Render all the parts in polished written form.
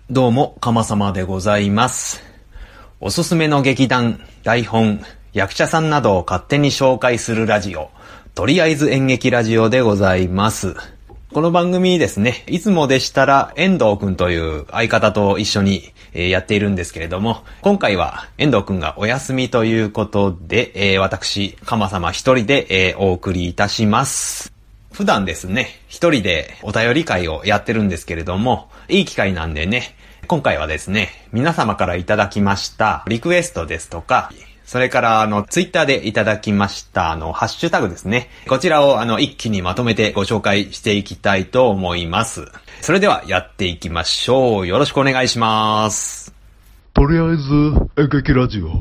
どうも、かまさまでございます。おすすめの劇団、台本、役者さんなどを勝手に紹介するラジオ、とりあえず演劇ラジオでございます。この番組ですね、いつもでしたら遠藤くんという相方と一緒にやっているんですけれども、今回は遠藤くんがお休みということで、私、かまさま一人でお送りいたします。普段ですね、一人でお便り会をやってるんですけれども、いい機会なんでね、今回はですね、皆様からいただきましたリクエストですとか、それからツイッターでいただきましたハッシュタグですね。こちらを一気にまとめてご紹介していきたいと思います。それではやっていきましょう。よろしくお願いします。 とりあえず演劇ラジオ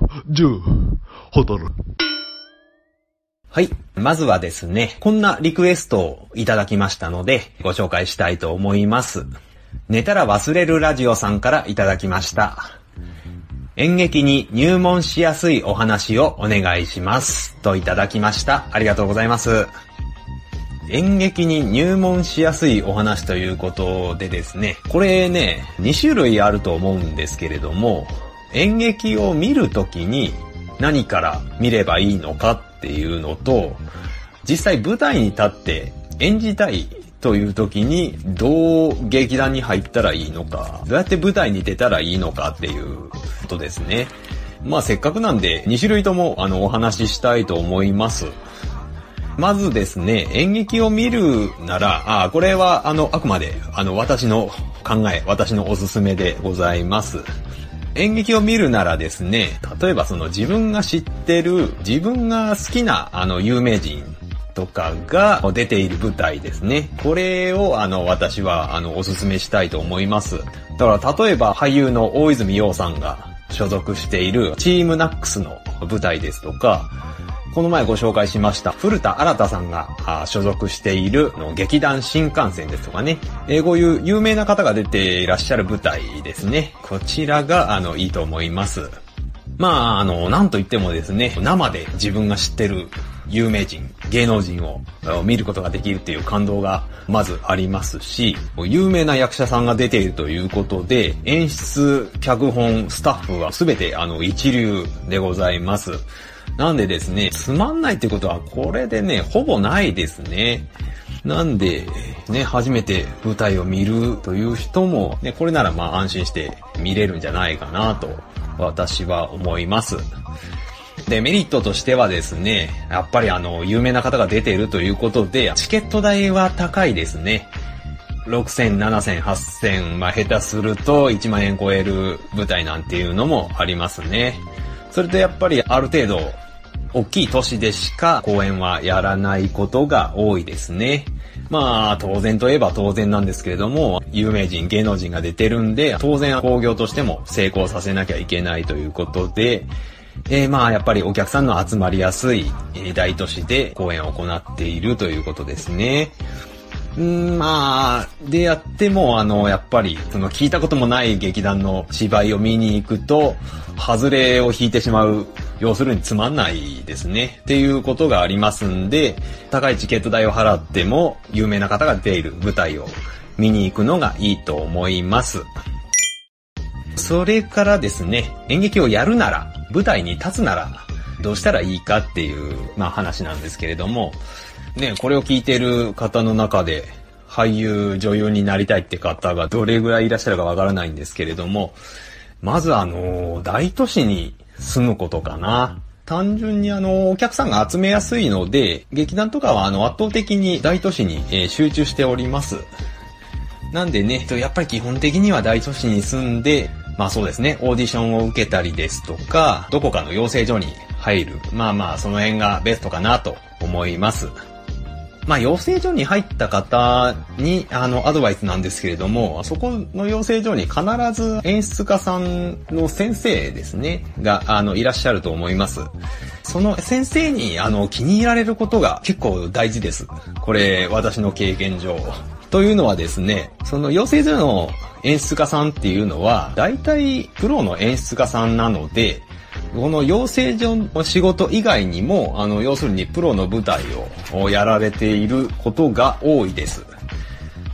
10ホタル。 はい。まずはですね、こんなリクエストをいただきましたので、ご紹介したいと思います。寝たら忘れるラジオさんからいただきました。演劇に入門しやすいお話をお願いします。といただきました。ありがとうございます。演劇に入門しやすいお話ということでですね、これね、2種類あると思うんですけれども、演劇を見るときに何から見ればいいのかっていうのと、実際舞台に立って演じたいという時にどう劇団に入ったらいいのか、どうやって舞台に出たらいいのかっていうことですね。まあせっかくなんで2種類ともお話ししたいと思います。まずですね、演劇を見るなら、これはあくまで私の考え、私のおすすめでございます。演劇を見るならですね、例えば自分が知ってる、自分が好きな有名人とかが出ている舞台ですね。これを私はおすすめしたいと思います。だから例えば俳優の大泉洋さんが所属しているチームナックスの舞台ですとか、この前ご紹介しました古田新太さんが所属している劇団新幹線ですとかね、こういう有名な方が出ていらっしゃる舞台ですね。こちらがいいと思います。まあなんといってもですね、生で自分が知ってる有名人、芸能人を見ることができるっていう感動がまずありますし、有名な役者さんが出ているということで、演出、脚本、スタッフはすべて一流でございます。なんでですね、つまんないってことはこれでね、ほぼないですね。なんで、ね、初めて舞台を見るという人も、ね、これならまあ安心して見れるんじゃないかなと、私は思います。で、メリットとしてはですね、やっぱり有名な方が出ているということで、チケット代は高いですね。6000、7000、8000、まあ下手すると1万円超える舞台なんていうのもありますね。それとやっぱりある程度、大きい都市でしか公演はやらないことが多いですね。まあ当然といえば当然なんですけれども、有名人、芸能人が出てるんで、当然興行としても成功させなきゃいけないということで、まあやっぱりお客さんの集まりやすい大都市で公演を行っているということですね。まあ、でやってもやっぱり聞いたこともない劇団の芝居を見に行くと、外れを引いてしまう。要するにつまんないですね。っていうことがありますんで、高いチケット代を払っても有名な方が出ている舞台を見に行くのがいいと思います。それからですね、演劇をやるなら、舞台に立つなら、どうしたらいいかっていう、まあ話なんですけれども、ね、これを聞いている方の中で、俳優、女優になりたいって方がどれぐらいいらっしゃるかわからないんですけれども、まず大都市に住むことかな。単純にお客さんが集めやすいので、劇団とかは圧倒的に大都市に、集中しております。なんでね、やっぱり基本的には大都市に住んで、まあそうですね、オーディションを受けたりですとか、どこかの養成所に入る。まあまあその辺がベストかなと思います。まあ養成所に入った方にアドバイスなんですけれども、そこの養成所に必ず演出家さんの先生ですねがいらっしゃると思います。その先生に気に入られることが結構大事です。これ私の経験上。というのはですね、その養成所の演出家さんっていうのは大体プロの演出家さんなので、この養成所の仕事以外にも要するにプロの舞台をやられていることが多いです。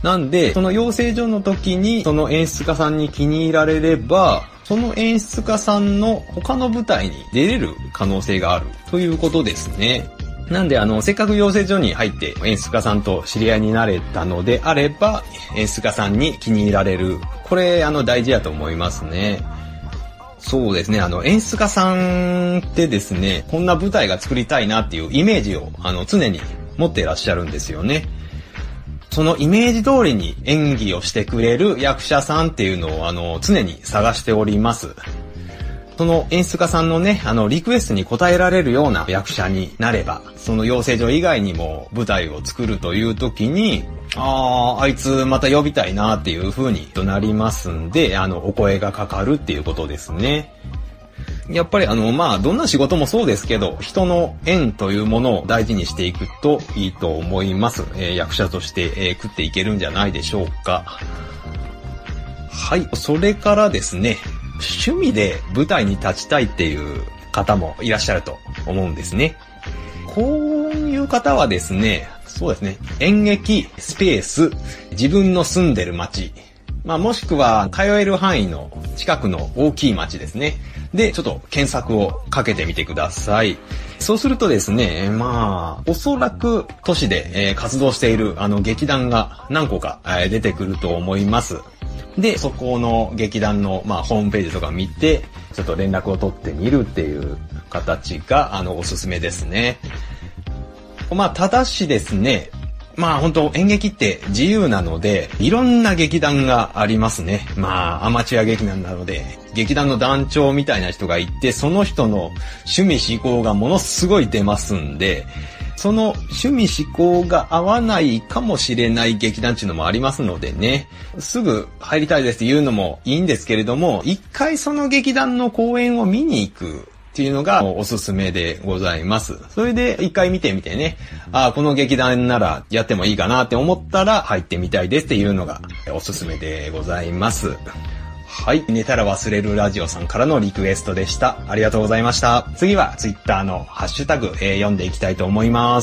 なんで、その養成所の時に、その演出家さんに気に入られれば、その演出家さんの他の舞台に出れる可能性があるということですね。なんでせっかく養成所に入って演出家さんと知り合いになれたのであれば、演出家さんに気に入られる。これ大事だと思いますね。そうですね、演出家さんってですね、こんな舞台が作りたいなっていうイメージを常に持っていらっしゃるんですよね。そのイメージ通りに演技をしてくれる役者さんっていうのを常に探しております。その演出家さんのね、リクエストに応えられるような役者になれば、その養成所以外にも舞台を作るという時に、あいつまた呼びたいなっていう風になりますんで、お声がかかるっていうことですね。やっぱりどんな仕事もそうですけど、人の縁というものを大事にしていくといいと思います。役者として、食っていけるんじゃないでしょうか。はい、それからですね、趣味で舞台に立ちたいっていう方もいらっしゃると思うんですね。こういう方はですね、そうですね、演劇、スペース、自分の住んでる街、もしくは通える範囲の近くの大きい街ですね。で、ちょっと検索をかけてみてください。そうするとですね、おそらく都市で活動している劇団が何個か出てくると思います。で、そこの劇団のホームページとか見て、ちょっと連絡を取ってみるっていう形がおすすめですね。ただしですね、本当演劇って自由なので、いろんな劇団がありますね。アマチュア劇団なので、劇団の団長みたいな人がいて、その人の趣味嗜好がものすごい出ますんで、その趣味嗜好が合わないかもしれない劇団っていうのもありますのでね、すぐ入りたいですっていうのもいいんですけれども、一回その劇団の公演を見に行くっていうのがおすすめでございます。それで一回見てみてね、この劇団ならやってもいいかなって思ったら入ってみたいですっていうのがおすすめでございます。はい。寝たら忘れるラジオさんからのリクエストでした。ありがとうございました。次はツイッターのハッシュタグ、読んでいきたいと思います。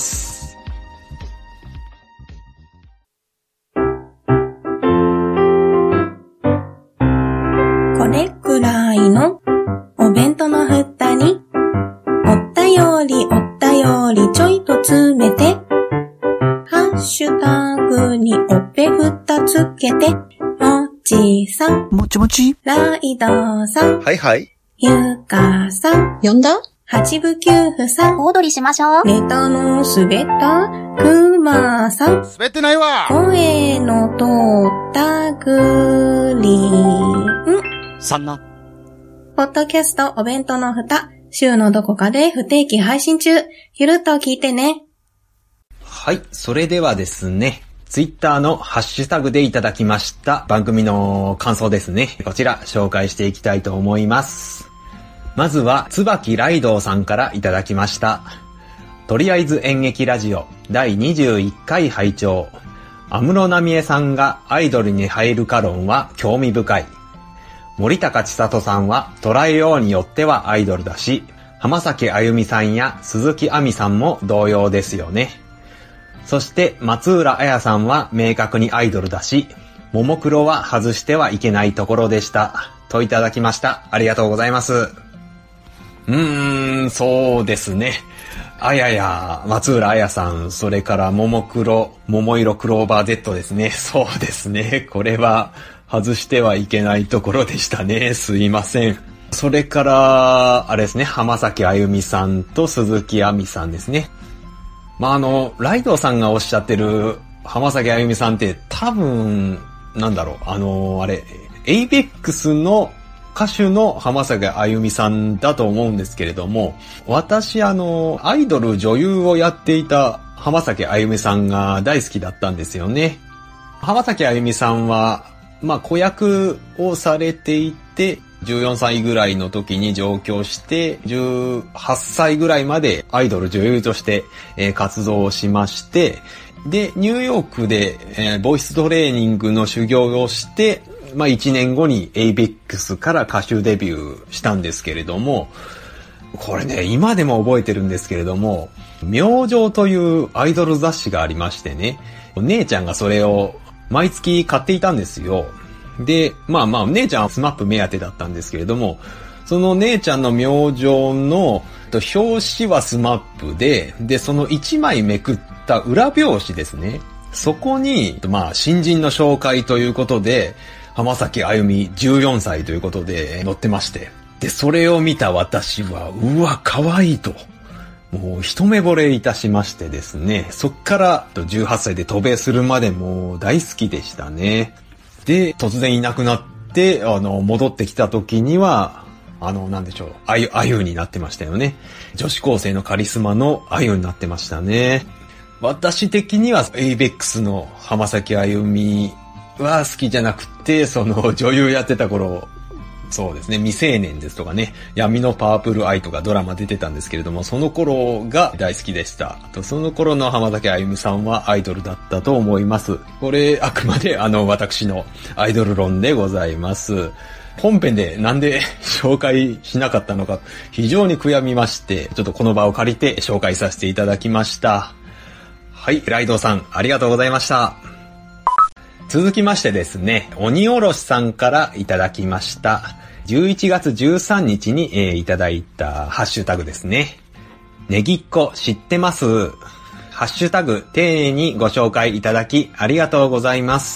これくらいのお弁当の蓋にお便りちょいと詰めて、ハッシュタグにおっぺふたつけて、もちさん、 もちもち、 ライドさん、 はいはい、 ゆかさん、 呼んだ？ 八部九夫さん、 小躍りしましょう。 ネタの滑ったくまさん、 滑ってないわ。 声の通ったグリーン。 さんな。 ポッドキャストお弁当の蓋、週のどこかで不定期配信中。ゆるっと聞いてね。 はい、それではですね、ツイッターのハッシュタグでいただきました番組の感想ですね。こちら紹介していきたいと思います。まずは、椿ライドウさんからいただきました。とりあえず演劇ラジオ第21回拝聴。安室奈美恵さんがアイドルに入るか論は興味深い。森高千里さんは捉えようによってはアイドルだし、浜崎あゆみさんや鈴木亜美さんも同様ですよね。そして松浦綾さんは明確にアイドルだし、ももクロは外してはいけないところでした。といただきました。ありがとうございます。そうですね。松浦綾さん、それからももクロ、桃色クローバー Z ですね。そうですね。これは外してはいけないところでしたね。すいません。それから、あれですね。浜崎あゆみさんと鈴木亜美さんですね。ライドさんがおっしゃってる浜崎あゆみさんって多分、ABEX の歌手の浜崎あゆみさんだと思うんですけれども、私アイドル女優をやっていた浜崎あゆみさんが大好きだったんですよね。浜崎あゆみさんは、子役をされていて、14歳ぐらいの時に上京して、18歳ぐらいまでアイドル女優として、活動をしまして、で、ニューヨークで、ボイストレーニングの修行をして、1年後に ABEX から歌手デビューしたんですけれども、これね、今でも覚えてるんですけれども、明星というアイドル雑誌がありましてね、姉ちゃんがそれを毎月買っていたんですよ。で、姉ちゃんはスマップ目当てだったんですけれども、その姉ちゃんの明星の表紙はスマップで、その1枚めくった裏表紙ですね。そこに、新人の紹介ということで、浜崎あゆみ14歳ということで載ってまして。で、それを見た私は、うわ、可愛いと。もう一目惚れいたしましてですね。そっから18歳で渡米するまでもう大好きでしたね。で、突然いなくなって、戻ってきた時には、なんでしょう、あゆになってましたよね。女子高生のカリスマのあゆになってましたね。私的には、エイベックスの浜崎あゆみは好きじゃなくて、その女優やってた頃、そうですね、未成年ですとかね、闇のパープルアイとかドラマ出てたんですけれども、その頃が大好きでした。その頃の浜崎あゆみさんはアイドルだったと思います。これ、あくまで私のアイドル論でございます。本編でなんで紹介しなかったのか非常に悔やみまして、ちょっとこの場を借りて紹介させていただきました。はい、ライドウさんありがとうございました。続きましてですね、鬼おろしさんからいただきました。11月13日に、いただいたハッシュタグですね。ねぎっこ知ってます。ハッシュタグ丁寧にご紹介いただきありがとうございます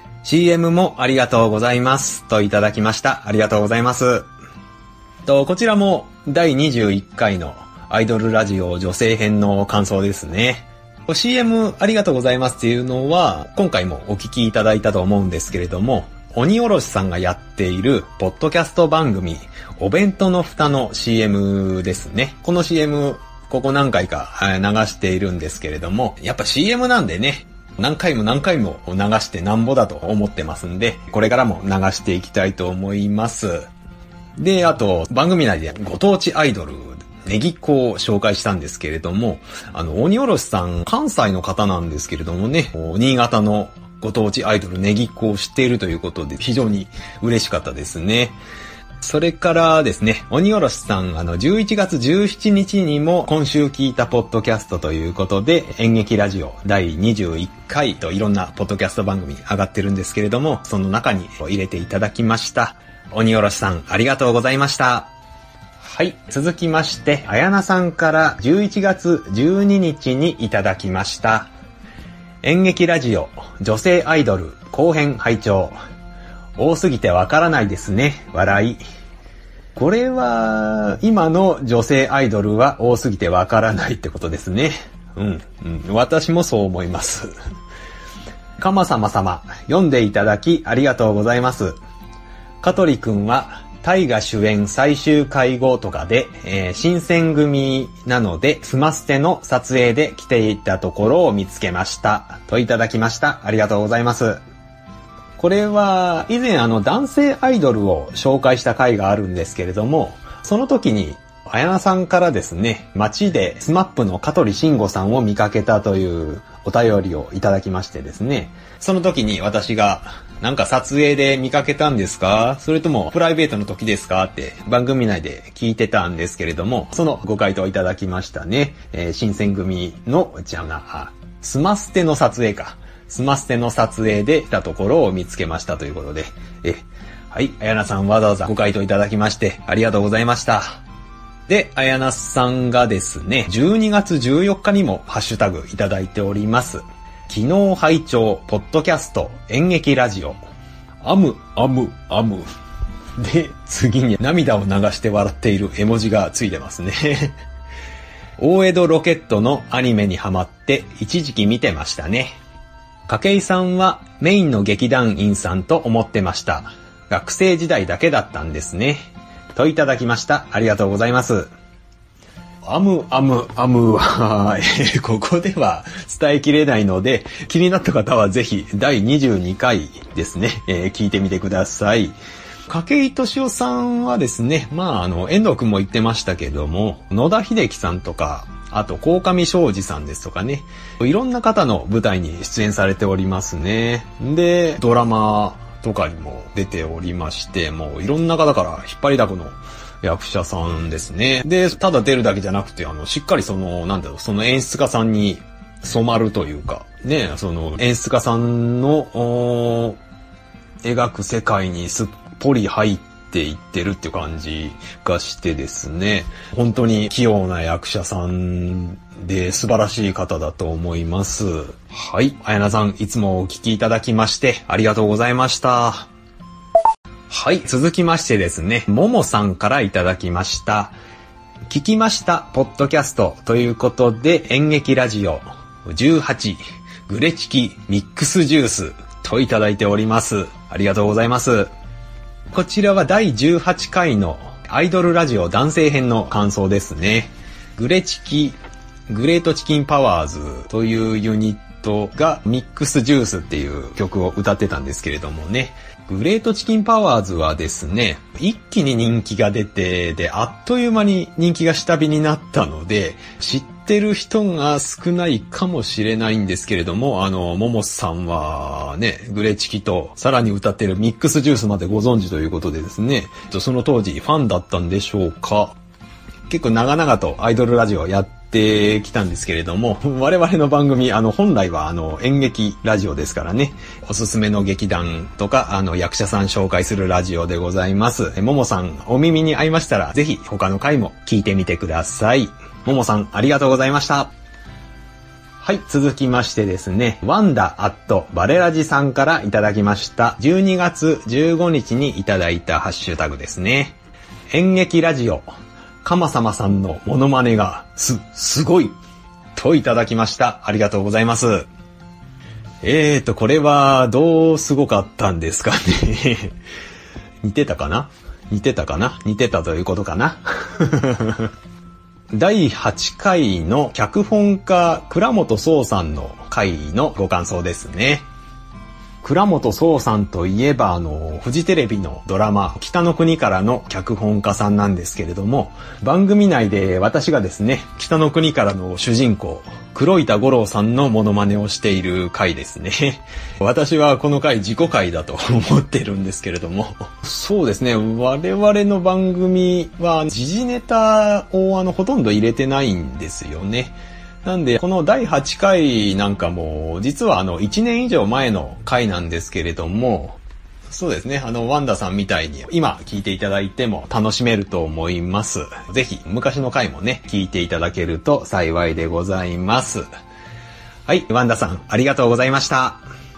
。CM もありがとうございますといただきました。ありがとうございます。こちらも第21回のアイドルラジオ女性編の感想ですね。CM ありがとうございますっていうのは今回もお聞きいただいたと思うんですけれども、鬼おろしさんがやっているポッドキャスト番組お弁当の蓋の CM ですね。この CM ここ何回か流しているんですけれども、やっぱ CM なんでね、何回も流してなんぼだと思ってますんで、これからも流していきたいと思います。で、あと番組内でご当地アイドルねぎっこを紹介したんですけれども、鬼おろしさん関西の方なんですけれどもね、新潟のご当地アイドルねぎっこを知っているということで非常に嬉しかったですね。それからですね、鬼おろしさん11月17日にも今週聞いたポッドキャストということで、演劇ラジオ第21回といろんなポッドキャスト番組上がってるんですけれども、その中に入れていただきました。鬼おろしさんありがとうございました。はい、続きましてあやなさんから11月12日にいただきました。演劇ラジオ女性アイドル後編拝聴。多すぎてわからないですね。笑い。これは今の女性アイドルは多すぎてわからないってことですね。私もそう思います。かまさま様読んでいただきありがとうございます。香取くんは大河主演最終回後とかで、新選組なのでスマステの撮影で来ていたところを見つけましたといただきました。ありがとうございます。これは以前男性アイドルを紹介した回があるんですけれども、その時にあやなさんからですね、街でスマップの香取慎吾さんを見かけたというお便りをいただきましてですね、その時に私がなんか撮影で見かけたんですか？それともプライベートの時ですか？って番組内で聞いてたんですけれども、そのご回答いただきましたね。新選組のスマステの撮影か。スマステの撮影で来たところを見つけましたということで、はい、あやなさんわざわざご回答いただきましてありがとうございました。で、あやなさんがですね、12月14日にもハッシュタグいただいております。昨日拝聴ポッドキャスト演劇ラジオアムアムアムで、次に涙を流して笑っている絵文字がついてますね。大江戸ロケットのアニメにハマって一時期見てましたね。筧さんはメインの劇団員さんと思ってました。学生時代だけだったんですね。といただきました。ありがとうございます。アムアムアムは、ここでは伝えきれないので、気になった方はぜひ第22回ですね、聞いてみてください。筧敏夫さんはですね、遠藤くんも言ってましたけども、野田秀樹さんとか、あと鴻上尚史さんですとかね、いろんな方の舞台に出演されておりますね。で、ドラマとかにも出ておりまして、もういろんな方から引っ張りだこの役者さんですね。で、ただ出るだけじゃなくて、しっかりその演出家さんに染まるというか、ね、その演出家さんの描く世界にすっぽり入っていってるっていう感じがしてですね、本当に器用な役者さんで素晴らしい方だと思います。はい、綾菜さん、いつもお聞きいただきましてありがとうございました。はい、続きましてですね、ももさんからいただきました。聞きましたポッドキャストということで、演劇ラジオ18グレチキミックスジュースといただいております。ありがとうございます。こちらは第18回のアイドルラジオ男性編の感想ですね。グレートチキンパワーズというユニットがミックスジュースっていう曲を歌ってたんですけれどもね。グレートチキンパワーズはですね、一気に人気が出て、で、あっという間に人気が下火になったので、知ってる人が少ないかもしれないんですけれども、ももさんはね、グレチキとさらに歌ってるミックスジュースまでご存知ということでですね、その当時ファンだったんでしょうか。結構長々とアイドルラジオやってきたんですけれども、我々の番組、本来は演劇ラジオですからね、おすすめの劇団とか、役者さん紹介するラジオでございます。ももさん、お耳に合いましたら、ぜひ他の回も聞いてみてください。ももさん、ありがとうございました。はい、続きましてですね、ワンダアットバレラジさんからいただきました。12月15日にいただいたハッシュタグですね。演劇ラジオ。かまさまさんのモノマネがすごいといただきました。ありがとうございます。これはどうすごかったんですかね。似てたということかな。第8回の脚本家倉本壮さんの回のご感想ですね。倉本壮さんといえばフジテレビのドラマ北の国からの脚本家さんなんですけれども、番組内で私がですね、北の国からの主人公黒板五郎さんのモノマネをしている回ですね。私はこの回自己回だと思ってるんですけれども、そうですね、我々の番組は時事ネタをほとんど入れてないんですよね。なんで、この第8回なんかも、実は1年以上前の回なんですけれども、そうですね、ワンダさんみたいに今聞いていただいても楽しめると思います。ぜひ、昔の回もね、聞いていただけると幸いでございます。はい、ワンダさん、ありがとうございました。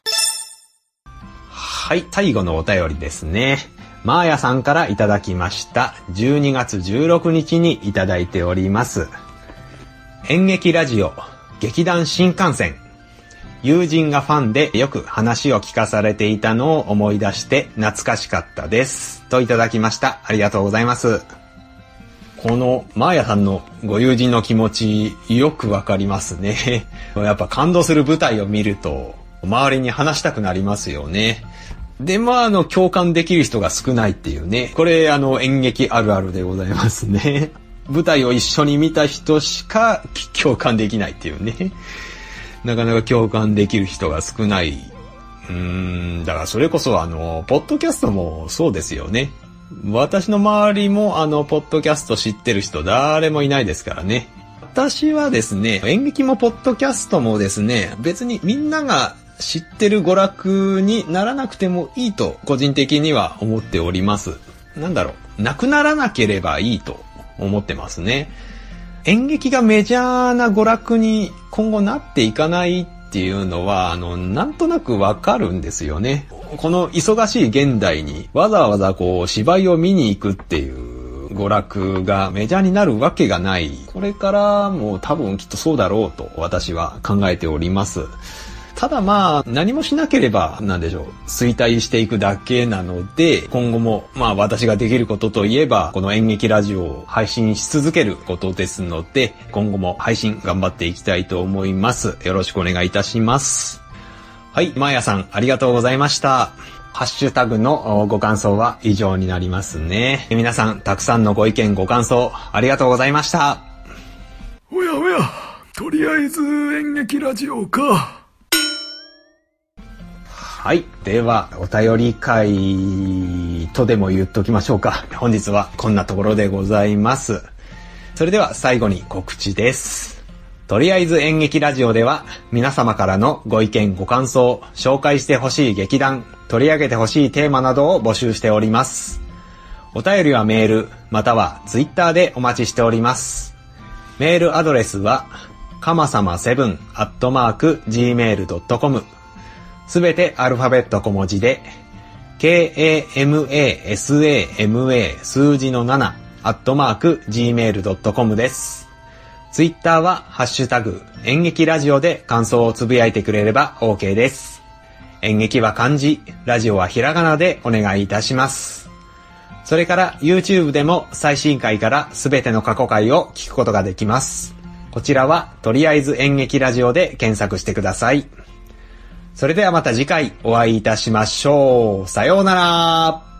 はい、最後のお便りですね。マーヤさんからいただきました。12月16日にいただいております。演劇ラジオ劇団新幹線、友人がファンでよく話を聞かされていたのを思い出して懐かしかったですといただきました。ありがとうございます。このマーヤさんのご友人の気持ちよくわかりますね。やっぱ感動する舞台を見ると周りに話したくなりますよね。で共感できる人が少ないっていうね、これ演劇あるあるでございますね。舞台を一緒に見た人しか共感できないっていうね。なかなか共感できる人が少ない。だからそれこそポッドキャストもそうですよね。私の周りもポッドキャスト知ってる人誰もいないですからね。私はですね、演劇もポッドキャストもですね、別にみんなが知ってる娯楽にならなくてもいいと個人的には思っております。なくならなければいいと思ってますね。演劇がメジャーな娯楽に今後なっていかないっていうのはなんとなくわかるんですよね。この忙しい現代にわざわざ芝居を見に行くっていう娯楽がメジャーになるわけがない。これからも多分きっとそうだろうと私は考えております。ただ何もしなければ衰退していくだけなので、今後も私ができることといえばこの演劇ラジオを配信し続けることですので、今後も配信頑張っていきたいと思います。よろしくお願いいたします。はい、マーヤさんありがとうございました。ハッシュタグのご感想は以上になりますね。皆さんたくさんのご意見ご感想ありがとうございました。 おや、とりあえず演劇ラジオか。 はい。では、お便り会とでも言っときましょうか。本日はこんなところでございます。それでは最後に告知です。 とりあえず演劇ラジオでは皆様からのご意見ご感想、紹介してほしい劇団、取り上げてほしいテーマなどを募集しております。お便りはメールまたはツイッターでお待ちしております。メールアドレスはかまさま7@gmail.com、 すべてアルファベット小文字で KAMASAMA 数字の7@gmail.com です。ツイッターはハッシュタグ演劇ラジオで感想をつぶやいてくれれば OK です。演劇は漢字、ラジオはひらがなでお願いいたします。それから YouTube でも最新回からすべての過去回を聞くことができます。こちらはとりあえず演劇ラジオで検索してください。それではまた次回お会いいたしましょう。さようなら。